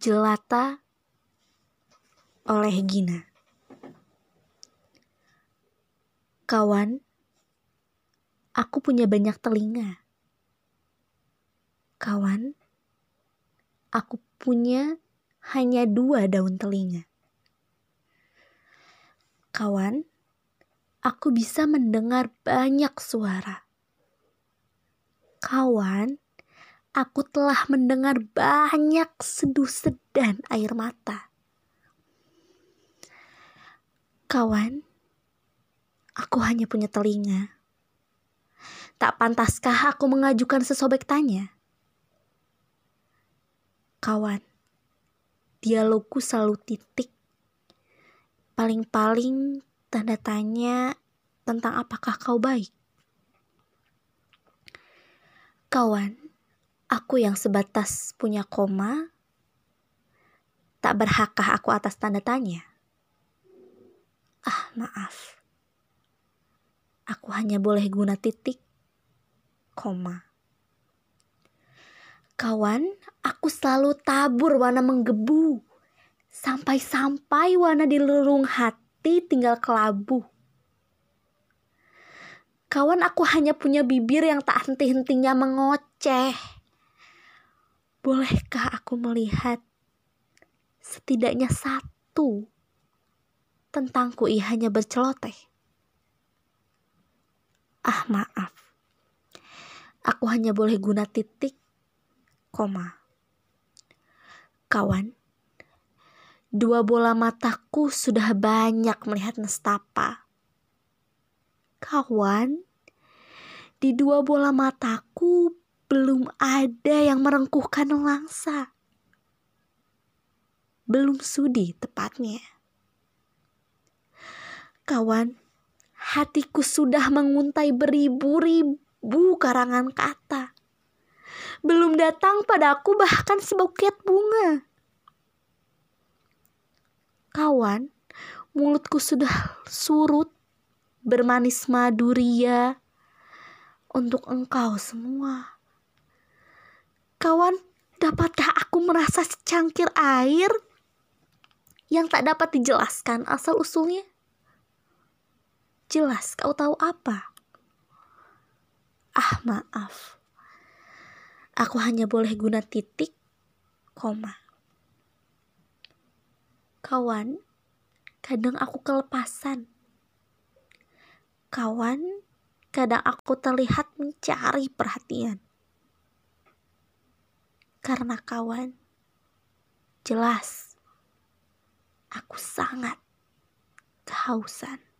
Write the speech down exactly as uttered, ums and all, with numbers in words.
Jelata oleh Gina. Kawan, aku punya banyak telinga. Kawan, aku punya hanya dua daun telinga. Kawan, aku bisa mendengar banyak suara. Kawan, aku telah mendengar banyak seduh sedan air mata. Kawan, aku hanya punya telinga. Tak pantaskah aku mengajukan sesobek tanya? Kawan, dialogku selalu titik. Paling-paling tanda tanya tentang apakah kau baik. Kawan, aku yang sebatas punya koma, tak berhakkah aku atas tanda tanya? Ah, maaf. Aku hanya boleh guna titik, koma. Kawan, aku selalu tabur warna menggebu. Sampai-sampai warna di lurung hati tinggal kelabu. Kawan, aku hanya punya bibir yang tak henti-hentinya mengoceh. Bolehkah aku melihat setidaknya satu tentangku ia hanya berceloteh? Ah, maaf. Aku hanya boleh guna titik, koma. Kawan, dua bola mataku sudah banyak melihat nestapa. Kawan, di dua bola mataku belum ada yang merengkuhkan nelangsa. Belum sudi tepatnya. Kawan, hatiku sudah menguntai beribu-ribu karangan kata. Belum datang padaku bahkan sebuket bunga. Kawan, mulutku sudah surut bermanis maduria untuk engkau semua. Kawan, dapatkah aku merasa secangkir air yang tak dapat dijelaskan asal-usulnya? Jelas kau tahu apa? Ah, maaf. Aku hanya boleh guna titik, koma. Kawan, kadang aku kelepasan. Kawan, kadang aku terlihat mencari perhatian. Karena kawan, jelas aku sangat kehausan.